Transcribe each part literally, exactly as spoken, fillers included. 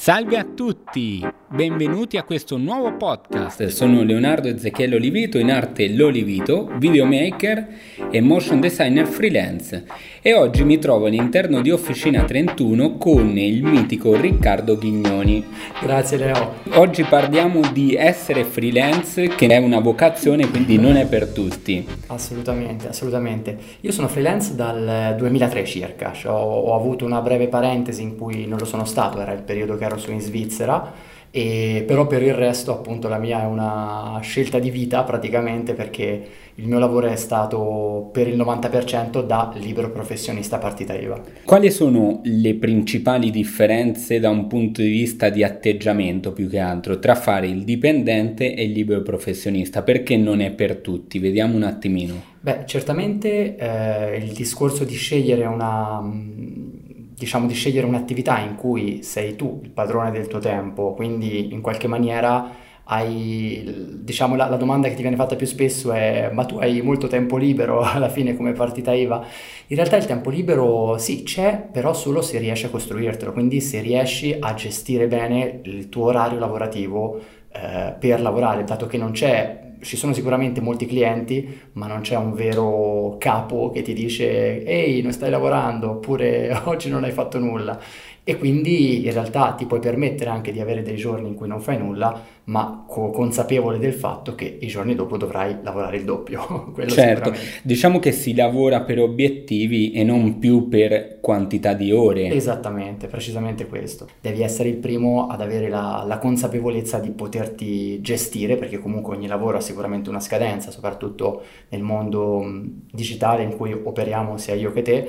Salve a tutti, benvenuti a questo nuovo podcast. Sono Leonardo Ezechiele Olivito, in arte L'Olivito, videomaker e motion designer freelance, e oggi mi trovo all'interno di Officina trentuno con il mitico Riccardo Ghignoni. Grazie Leo. Oggi parliamo di essere freelance, che è una vocazione, quindi non è per tutti. Assolutamente, assolutamente. Io sono freelance dal duemilatré circa, ho, ho avuto una breve parentesi in cui non lo sono stato, era il periodo che ero su in Svizzera, e però per il resto appunto la mia è una scelta di vita praticamente, perché il mio lavoro è stato per il novanta per cento da libero professionista a partita I V A. Quali sono le principali differenze da un punto di vista di atteggiamento, più che altro, tra fare il dipendente e il libero professionista? Perché non è per tutti? Vediamo un attimino. Beh, certamente eh, il discorso di scegliere una... diciamo di scegliere un'attività in cui sei tu il padrone del tuo tempo, quindi in qualche maniera hai, diciamo, la, la domanda che ti viene fatta più spesso è: ma tu hai molto tempo libero alla fine come partita I V A? In realtà il tempo libero sì, c'è, però solo se riesci a costruirtelo, quindi se riesci a gestire bene il tuo orario lavorativo eh, per lavorare, dato che non c'è. Ci sono sicuramente molti clienti, ma non c'è un vero capo che ti dice ehi, non stai lavorando, oppure oggi non hai fatto nulla. E quindi in realtà ti puoi permettere anche di avere dei giorni in cui non fai nulla, ma co- consapevole del fatto che i giorni dopo dovrai lavorare il doppio. Quello certo, diciamo che si lavora per obiettivi e non più per quantità di ore. Esattamente, precisamente questo. Devi essere il primo ad avere la, la consapevolezza di poterti gestire, perché comunque ogni lavoro ha sicuramente una scadenza, soprattutto nel mondo mh, digitale in cui operiamo sia io che te.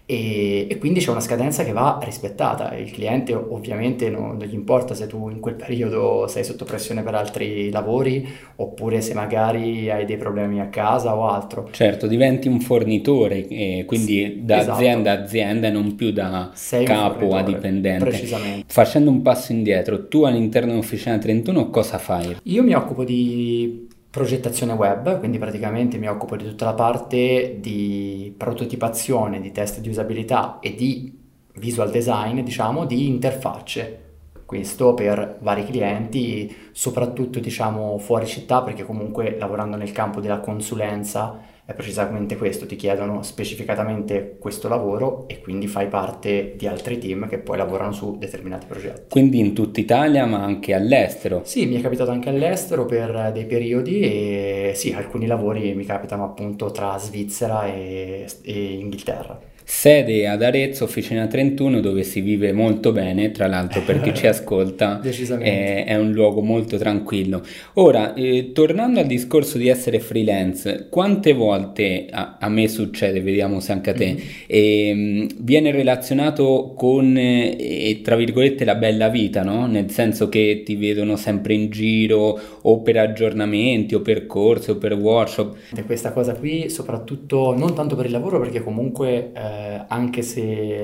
E, e quindi c'è una scadenza che va rispettata. Il cliente ovviamente non, non gli importa se tu in quel periodo sei sotto pressione per altri lavori, oppure se magari hai dei problemi a casa o altro. Certo, diventi un fornitore, eh, quindi da esatto. azienda a azienda e non più da sei capo a dipendente. Precisamente. Facendo un passo indietro, tu all'interno di Officina trentuno cosa fai? Io mi occupo di progettazione web, quindi praticamente mi occupo di tutta la parte di prototipazione, di test di usabilità e di visual design, diciamo, di interfacce. Questo per vari clienti, soprattutto diciamo fuori città, perché comunque lavorando nel campo della consulenza è precisamente questo, ti chiedono specificatamente questo lavoro e quindi fai parte di altri team che poi lavorano su determinati progetti. Quindi in tutta Italia ma anche all'estero? Sì, mi è capitato anche all'estero per dei periodi, e sì, alcuni lavori mi capitano appunto tra Svizzera e, e Inghilterra. Sede ad Arezzo, Officina trentuno, dove si vive molto bene, tra l'altro per chi ci ascolta è, è un luogo molto tranquillo. Ora, eh, tornando al discorso di essere freelance, quante volte a, a me succede, vediamo se anche a te, mm-hmm. eh, viene relazionato con, eh, tra virgolette, la bella vita, no? Nel senso che ti vedono sempre in giro o per aggiornamenti o per corsi o per workshop. E questa cosa qui, soprattutto non tanto per il lavoro, perché comunque eh, anche se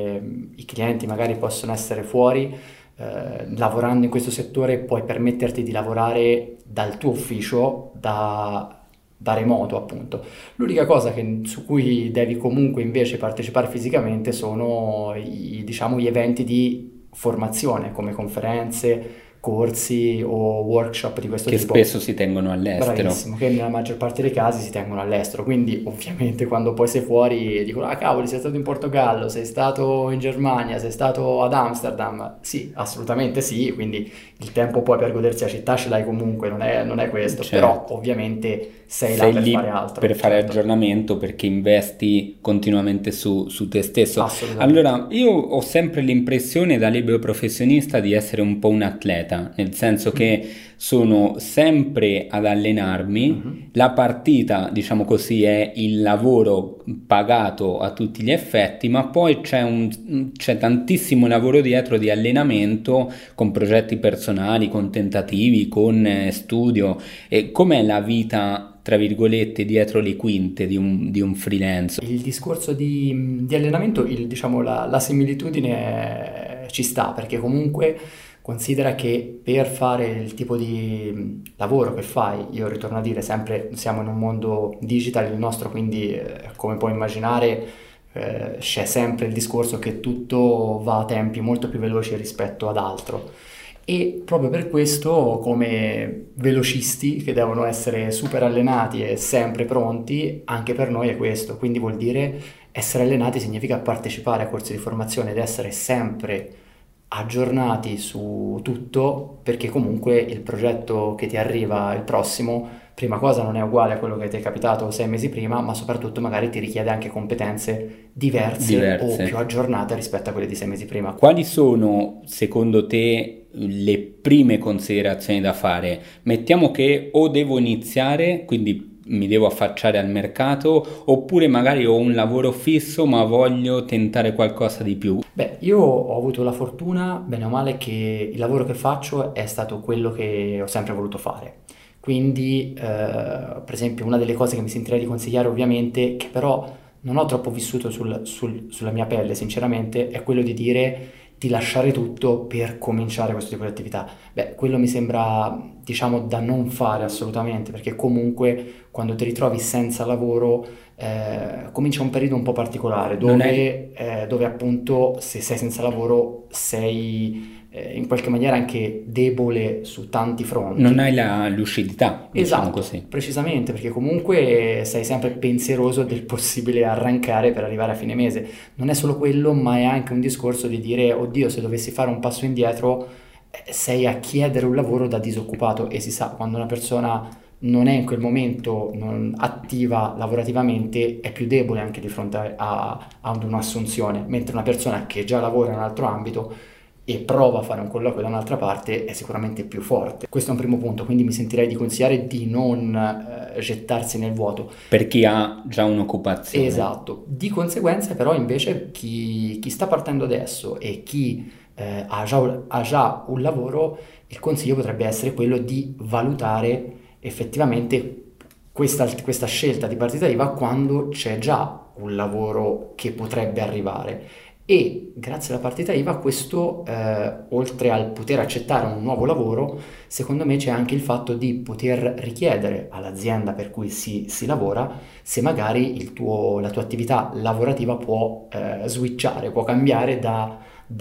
i clienti magari possono essere fuori, eh, lavorando in questo settore puoi permetterti di lavorare dal tuo ufficio, da, da remoto appunto. L'unica cosa che, su cui devi comunque invece partecipare fisicamente sono i, diciamo, gli eventi di formazione, come conferenze, corsi o workshop di questo che tipo. Che spesso si tengono all'estero. Bravissimo, che nella maggior parte dei casi si tengono all'estero, quindi ovviamente quando poi sei fuori dicono ah cavoli, sei stato in Portogallo, sei stato in Germania, sei stato ad Amsterdam. Sì, assolutamente sì, quindi il tempo poi per godersi la città ce l'hai comunque, non è, non è questo, certo. Però ovviamente sei, sei là per fare altro. Per fare certo. aggiornamento, perché investi continuamente su, su te stesso. Assolutamente. Allora, io ho sempre l'impressione da libero professionista di essere un po' un atleta, nel senso mm. che sono sempre ad allenarmi, mm-hmm. la partita, diciamo così, è il lavoro pagato a tutti gli effetti, ma poi c'è, un, c'è tantissimo lavoro dietro di allenamento, con progetti personali, con tentativi, con eh, studio. E com'è la vita, tra virgolette, dietro le quinte di un, di un freelance? Il discorso di, di allenamento, il, diciamo la, la similitudine ci sta, perché comunque considera che per fare il tipo di lavoro che fai, io ritorno a dire sempre, siamo in un mondo digital il nostro, quindi eh, come puoi immaginare eh, c'è sempre il discorso che tutto va a tempi molto più veloci rispetto ad altro. E proprio per questo, come velocisti che devono essere super allenati e sempre pronti, anche per noi è questo. Quindi vuol dire essere allenati significa partecipare a corsi di formazione ed essere sempre aggiornati su tutto, perché comunque il progetto che ti arriva il prossimo, prima cosa non è uguale a quello che ti è capitato sei mesi prima, ma soprattutto magari ti richiede anche competenze diverse, Diverse. o più aggiornate rispetto a quelle di sei mesi prima. Quali sono, secondo te, le prime considerazioni da fare? Mettiamo che o devo iniziare, quindi mi devo affacciare al mercato, oppure magari ho un lavoro fisso ma voglio tentare qualcosa di più. Beh, io ho avuto la fortuna, bene o male, che il lavoro che faccio è stato quello che ho sempre voluto fare. Quindi, eh, per esempio, una delle cose che mi sentirei di consigliare, ovviamente, che però non ho troppo vissuto sul- sul- sulla mia pelle, sinceramente, è quello di dire di lasciare tutto per cominciare questo tipo di attività. Beh, quello mi sembra, diciamo, da non fare assolutamente, perché comunque quando ti ritrovi senza lavoro, eh, comincia un periodo un po' particolare, Non è... dove, eh, dove appunto se sei senza lavoro sei eh, in qualche maniera anche debole su tanti fronti. Non hai la lucidità, diciamo Esatto, così. precisamente, perché comunque sei sempre pensieroso del possibile arrancare per arrivare a fine mese. Non è solo quello, ma è anche un discorso di dire, oddio, se dovessi fare un passo indietro, eh, sei a chiedere un lavoro da disoccupato, e si sa, quando una persona non è in quel momento non attiva lavorativamente, è più debole anche di fronte a, ad un'assunzione, mentre una persona che già lavora in un altro ambito e prova a fare un colloquio da un'altra parte è sicuramente più forte. Questo è un primo punto, quindi mi sentirei di consigliare di non eh, gettarsi nel vuoto. Per chi ha già un'occupazione. Esatto. Di conseguenza però invece chi, chi sta partendo adesso e chi eh, ha già, ha già un lavoro, il consiglio potrebbe essere quello di valutare effettivamente questa, questa scelta di partita IVA quando c'è già un lavoro che potrebbe arrivare. E grazie alla partita IVA questo, eh, oltre al poter accettare un nuovo lavoro, secondo me c'è anche il fatto di poter richiedere all'azienda per cui si, si lavora se magari il tuo, la tua attività lavorativa può eh, switchare, può cambiare da,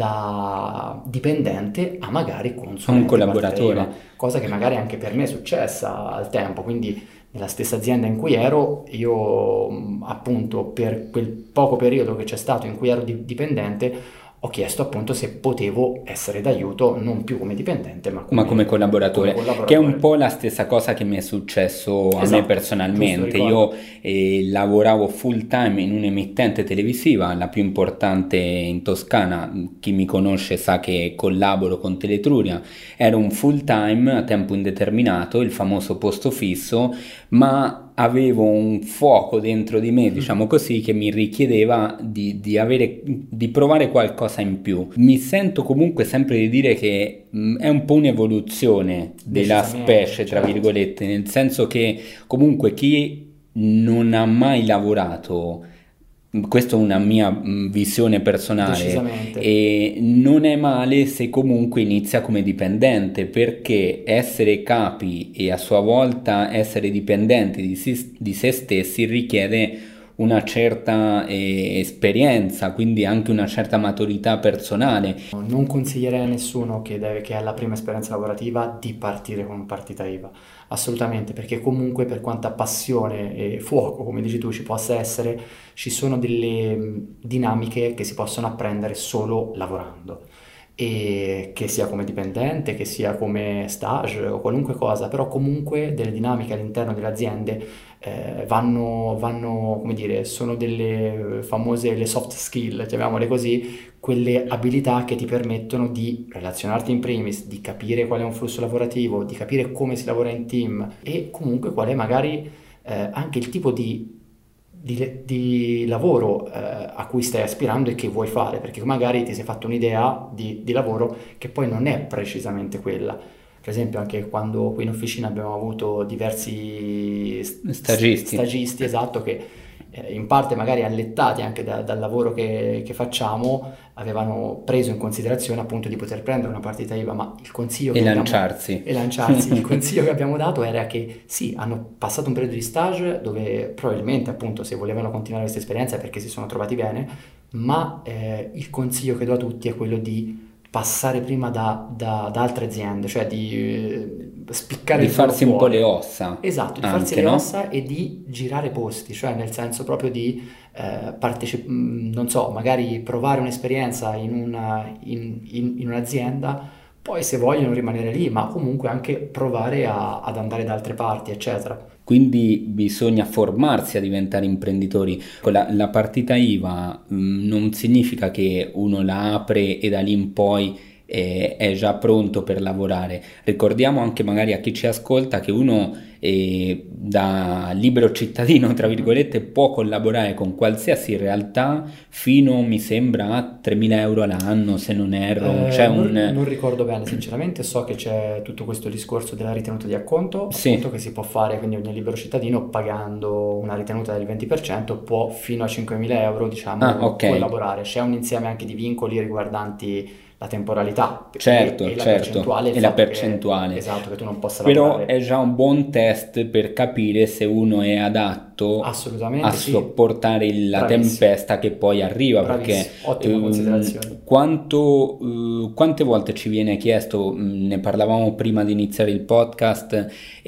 da dipendente a magari consulente Un collaboratore. partita IVA, cosa che magari anche per me è successa al tempo. Quindi nella stessa azienda in cui ero, io mh, appunto per quel poco periodo che c'è stato in cui ero di- dipendente, ho chiesto appunto se potevo essere d'aiuto non più come dipendente ma come, Ma come collaboratore, come che è collaboratore. un po' la stessa cosa che mi è successo a me Esatto, personalmente. giusto, ricordo. Io eh, lavoravo full time in un'emittente televisiva, la più importante in Toscana. Chi mi conosce sa che collaboro con Teletruria. Era un full time a tempo indeterminato, il famoso posto fisso, ma avevo un fuoco dentro di me, diciamo così, che mi richiedeva di, di avere, di provare qualcosa in più. Mi sento comunque sempre di dire che mh, è un po' un'evoluzione della Decisamente, specie, tra certo. virgolette, nel senso che comunque chi non ha mai lavorato, questa è una mia mh, visione personale, Decisamente. e non è male se comunque inizia come dipendente, perché essere capi e a sua volta essere dipendenti di, si- di se stessi richiede una certa eh, esperienza, quindi anche una certa maturità personale. Non consiglierei a nessuno che, deve, che ha la prima esperienza lavorativa di partire con partita IVA, assolutamente, perché comunque per quanta passione e fuoco, come dici tu, ci possa essere, ci sono delle mh, dinamiche che si possono apprendere solo lavorando. E che sia come dipendente, che sia come stage o qualunque cosa, però comunque delle dinamiche all'interno delle aziende eh, vanno, vanno, come dire, sono delle famose le soft skill, chiamiamole così, quelle abilità che ti permettono di relazionarti in primis, di capire qual è un flusso lavorativo, di capire come si lavora in team e comunque qual è magari eh, anche il tipo di, di, di lavoro eh, a cui stai aspirando e che vuoi fare, perché magari ti sei fatto un'idea di, di lavoro che poi non è precisamente quella. Per esempio, anche quando qui in officina abbiamo avuto diversi st- Stagisti. stagisti, esatto, che eh, in parte magari allettati anche da- dal lavoro che, che facciamo, avevano preso in considerazione appunto di poter prendere una partita I V A, ma il consiglio E che abbiamo, lanciarsi. e lanciarsi, il consiglio che abbiamo dato era che sì, hanno passato un periodo di stage dove probabilmente appunto se volevano continuare questa esperienza è perché si sono trovati bene, ma eh, il consiglio che do a tutti è quello di passare prima da, da- da altre aziende, cioè di eh, spiccare Di il volo farsi un po' le fuori. ossa, Esatto, di farsi anche, le no? ossa e di girare posti, cioè nel senso proprio di eh, parteci- mh, non so, magari provare un'esperienza in, una- in- in- in un'azienda, poi se vogliono rimanere lì, ma comunque anche provare a- ad andare da altre parti, eccetera. Quindi bisogna formarsi a diventare imprenditori. La, la partita I V A mh, non significa che uno la apre e da lì in poi eh, è già pronto per lavorare. Ricordiamo anche magari a chi ci ascolta che uno eh, da libero cittadino, tra virgolette, può collaborare con qualsiasi realtà fino, mi sembra, a tremila euro all'anno, se non erro. Eh, C'è non, un... non ricordo bene, sinceramente, so che c'è tutto questo discorso della ritenuta di acconto, appunto, Sì. che si può fare, quindi ogni libero cittadino pagando una ritenuta del venti per cento può fino a cinquemila euro, Ah, diciamo, ok. collaborare. C'è un insieme anche di vincoli riguardanti la temporalità e, Certo, e la certo, percentuale, il e la fatto che, percentuale. esatto, che tu non possa Però è lavorare. già un buon test per capire se uno è adatto a Assolutamente sì, sopportare il- la bravissimo, tempesta che poi arriva, perché bravissimo, ottima ehm, considerazione. quanto, eh, quante volte ci viene chiesto, mh, ne parlavamo prima di iniziare il podcast,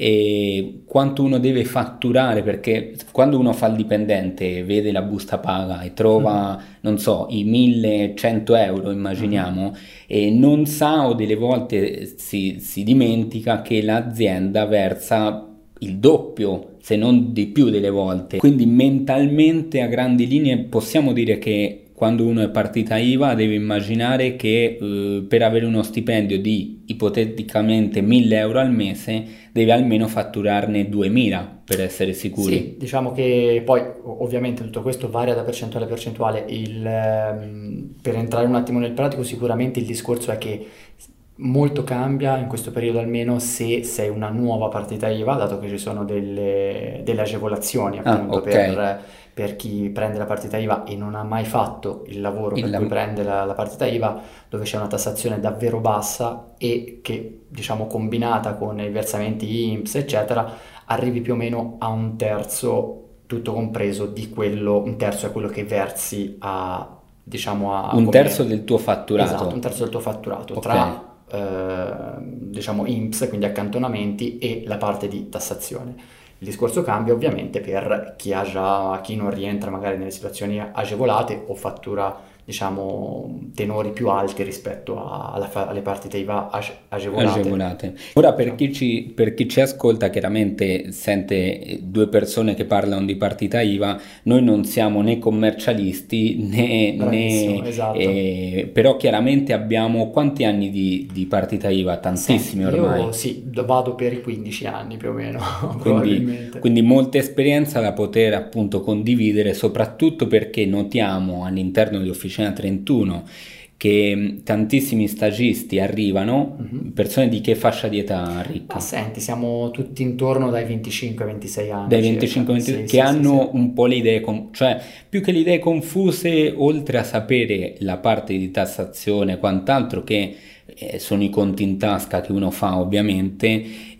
e quanto uno deve fatturare, perché quando uno fa il dipendente, vede la busta paga e trova, non so, i millecento euro, immaginiamo, e non sa o delle volte si, si dimentica che l'azienda versa il doppio, se non di più delle volte. Quindi mentalmente a grandi linee possiamo dire che quando uno è partita I V A deve immaginare che eh, per avere uno stipendio di ipoteticamente mille euro al mese deve almeno fatturarne duemila per essere sicuri. Sì, diciamo che poi o- ovviamente tutto questo varia da percentuale a percentuale. Il, ehm, per entrare un attimo nel pratico, sicuramente il discorso è che molto cambia in questo periodo almeno se sei una nuova partita I V A, dato che ci sono delle, delle agevolazioni Ah, appunto ok. per, per chi prende la partita I V A e non ha mai fatto il lavoro per cui Il- prende la, la partita I V A, dove c'è una tassazione davvero bassa e che diciamo combinata con i versamenti I N P S eccetera arrivi più o meno a un terzo, tutto compreso, di quello, un terzo è quello che versi a, diciamo, a un come... terzo del tuo fatturato. Esatto, un terzo del tuo fatturato, Ok. tra, eh, diciamo, I N P S, quindi accantonamenti, e la parte di tassazione. Il discorso cambia ovviamente per chi ha già, chi non rientra magari nelle situazioni agevolate o fattura, diciamo, tenori più alti rispetto a- alla fa- alle partite I V A age- agevolate. Agevolate. Ora per Diciamo. chi ci, per chi ci ascolta, chiaramente sente eh, due persone che parlano di partita I V A, noi non siamo né commercialisti né, Bravissimo, né, esatto. eh, però chiaramente abbiamo quanti anni di, di partita I V A? Senti, Tantissimi io ormai. sì, vado per i quindici anni più o meno, Quindi, probabilmente. quindi molta esperienza da poter appunto condividere, soprattutto perché notiamo all'interno di Officina trentuno che mh, tantissimi stagisti arrivano, Mhm. persone di che fascia di età, Ma Ricca? senti, siamo tutti intorno dai venticinque ai ventisei anni Dai circa. venticinque Sì, venti che sì, sì, hanno sì. un po' le idee, con- cioè più che le idee confuse, oltre a sapere la parte di tassazione e quant'altro, che eh, sono i conti in tasca che uno fa ovviamente,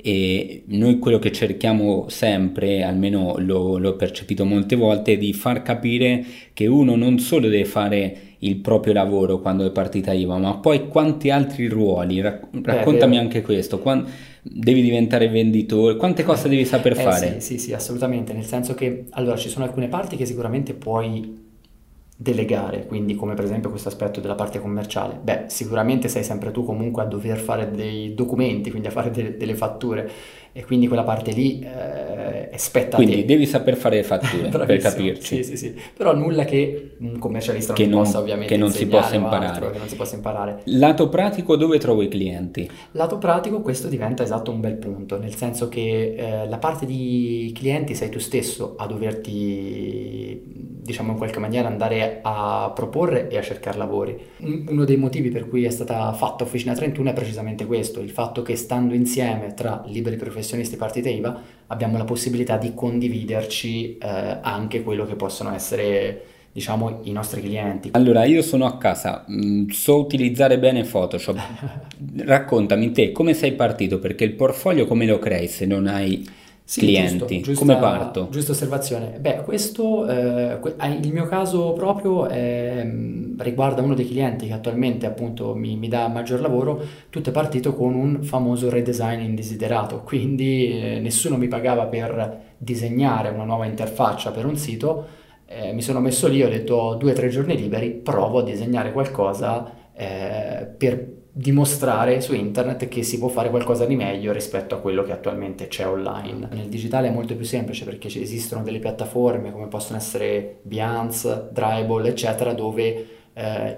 e noi quello che cerchiamo sempre, almeno lo- l'ho percepito molte volte, è di far capire che uno non solo deve fare il proprio lavoro quando è partita I V A, ma poi quanti altri ruoli, Rac- Beh, è raccontami vero. anche questo, quan- devi diventare venditore, quante cose devi saper Eh sì, fare? sì, sì, assolutamente, nel senso che allora ci sono alcune parti che sicuramente puoi delegare, quindi come per esempio questo aspetto della parte commerciale. Beh, sicuramente sei sempre tu comunque a dover fare dei documenti, quindi a fare de- delle fatture e quindi quella parte lì eh, spetta a Quindi te. devi saper fare le fatture, per Bravissimo, capirci, sì, sì, sì, però nulla che un commercialista non che ti possa non, ovviamente che non si possa insegnare o altro, imparare. che non si possa imparare. Lato pratico, dove trovo i clienti? Lato pratico questo diventa esatto un bel punto, nel senso che eh, la parte di clienti sei tu stesso a doverti, diciamo in qualche maniera, andare a proporre e a cercare lavori. Un- Uno dei motivi per cui è stata fatta Officina trentuno è precisamente questo, il fatto che stando insieme tra liberi professionisti professionisti partite I V A, abbiamo la possibilità di condividerci eh, anche quello che possono essere, diciamo, i nostri clienti. Allora, io sono a casa, mh, so utilizzare bene Photoshop. Raccontami te, come sei partito? Perché il portfolio come lo crei se non hai Sì, clienti? giusto, Come giusta, parto? giusta osservazione. Beh, questo, eh, que- eh, il mio caso proprio ehm, riguarda uno dei clienti che attualmente appunto mi, mi dà maggior lavoro. Tutto è partito con un famoso redesign indesiderato, quindi eh, nessuno mi pagava per disegnare una nuova interfaccia per un sito. Eh, mi sono messo lì, ho detto ho due o tre giorni liberi, provo a disegnare qualcosa eh, per dimostrare su internet che si può fare qualcosa di meglio rispetto a quello che attualmente c'è online. Nel digitale è molto più semplice perché ci esistono delle piattaforme come possono essere Behance, Dribble, eccetera, dove eh,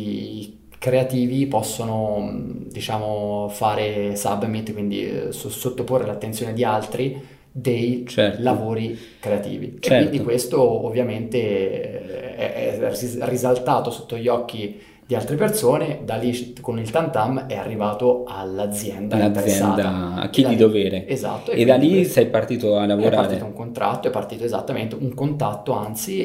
i creativi possono, mh, diciamo, fare submit, quindi eh, so- sottoporre l'attenzione di altri dei Certo, lavori creativi. E quindi certo. questo ovviamente eh, è, è ris- risaltato sotto gli occhi di altre persone, da lì con il Tantam è arrivato all'azienda interessata L'azienda a e chi da di lì, dovere. esatto, e E da quindi lì questo sei partito a è partito un lavorare. contratto, è partito esattamente un contatto, anzi,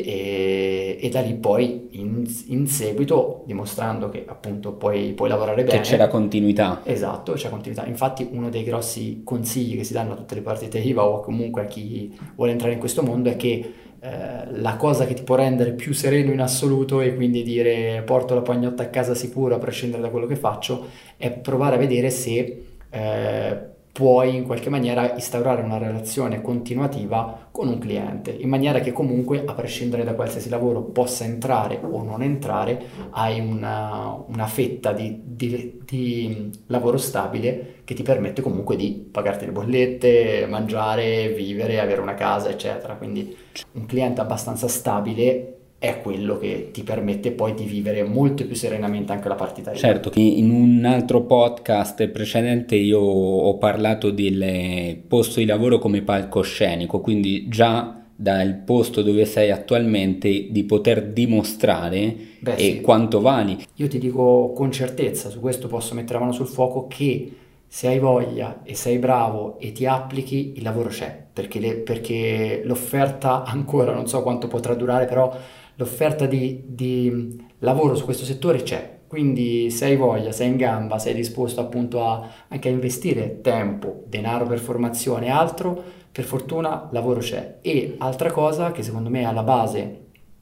e, e da lì poi in, in seguito, dimostrando che appunto puoi, puoi lavorare Che c'era bene, continuità. esatto, c'è continuità. Infatti uno dei grossi consigli che si danno a tutte le partite I V A o comunque a chi vuole entrare in questo mondo è che eh, la cosa che ti può rendere più sereno in assoluto e quindi dire porto la pagnotta a casa sicuro a prescindere da quello che faccio è provare a vedere se eh, puoi in qualche maniera instaurare una relazione continuativa con un cliente, in maniera che comunque, a prescindere da qualsiasi lavoro possa entrare o non entrare, hai una, una fetta di, di- di lavoro stabile che ti permette comunque di pagarti le bollette, mangiare, vivere, avere una casa, eccetera. Quindi un cliente abbastanza stabile è quello che ti permette poi di vivere molto più serenamente anche la partita I V A. Certo, in un altro podcast precedente io ho parlato del posto di lavoro come palcoscenico, quindi già dal posto dove sei attualmente di poter dimostrare Beh eh, sì, quanto vali. io ti dico con certezza, su questo posso mettere la mano sul fuoco, che se hai voglia e sei bravo e ti applichi, il lavoro c'è, perché, le- perché l'offerta ancora non so quanto potrà durare, però l'offerta di, di lavoro su questo settore c'è. Quindi se hai voglia, sei in gamba, sei disposto appunto a, anche a investire tempo, denaro per formazione e altro, per fortuna lavoro c'è. E altra cosa che secondo me è alla base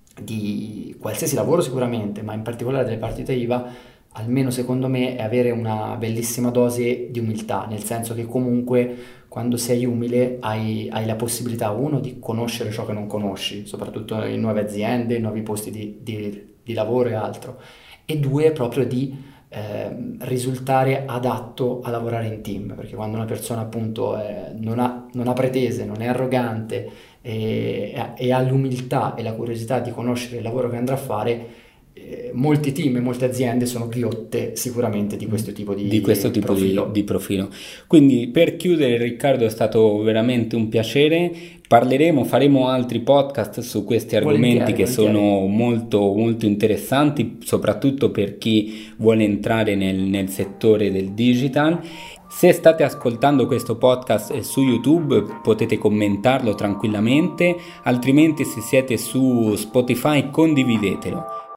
di qualsiasi lavoro sicuramente, ma in particolare delle partite I V A, almeno secondo me, è avere una bellissima dose di umiltà, nel senso che comunque quando sei umile hai, hai la possibilità, uno, di conoscere ciò che non conosci, soprattutto in nuove aziende, in nuovi posti di, di- di lavoro e altro, e due, proprio di ehm, risultare adatto a lavorare in team, perché quando una persona appunto eh, non ha, non ha pretese, non è arrogante e, e ha l'umiltà e la curiosità di conoscere il lavoro che andrà a fare, eh, molti team e molte aziende sono ghiotte sicuramente di questo tipo Di questo di tipo di, di profilo. profilo. Quindi per chiudere, Riccardo, è stato veramente un piacere. Parleremo, faremo altri podcast su questi argomenti Volentieri, che volentieri. sono molto, molto interessanti, soprattutto per chi vuole entrare nel, nel settore del digital. Se state ascoltando questo podcast su YouTube potete commentarlo tranquillamente, altrimenti se siete su Spotify condividetelo.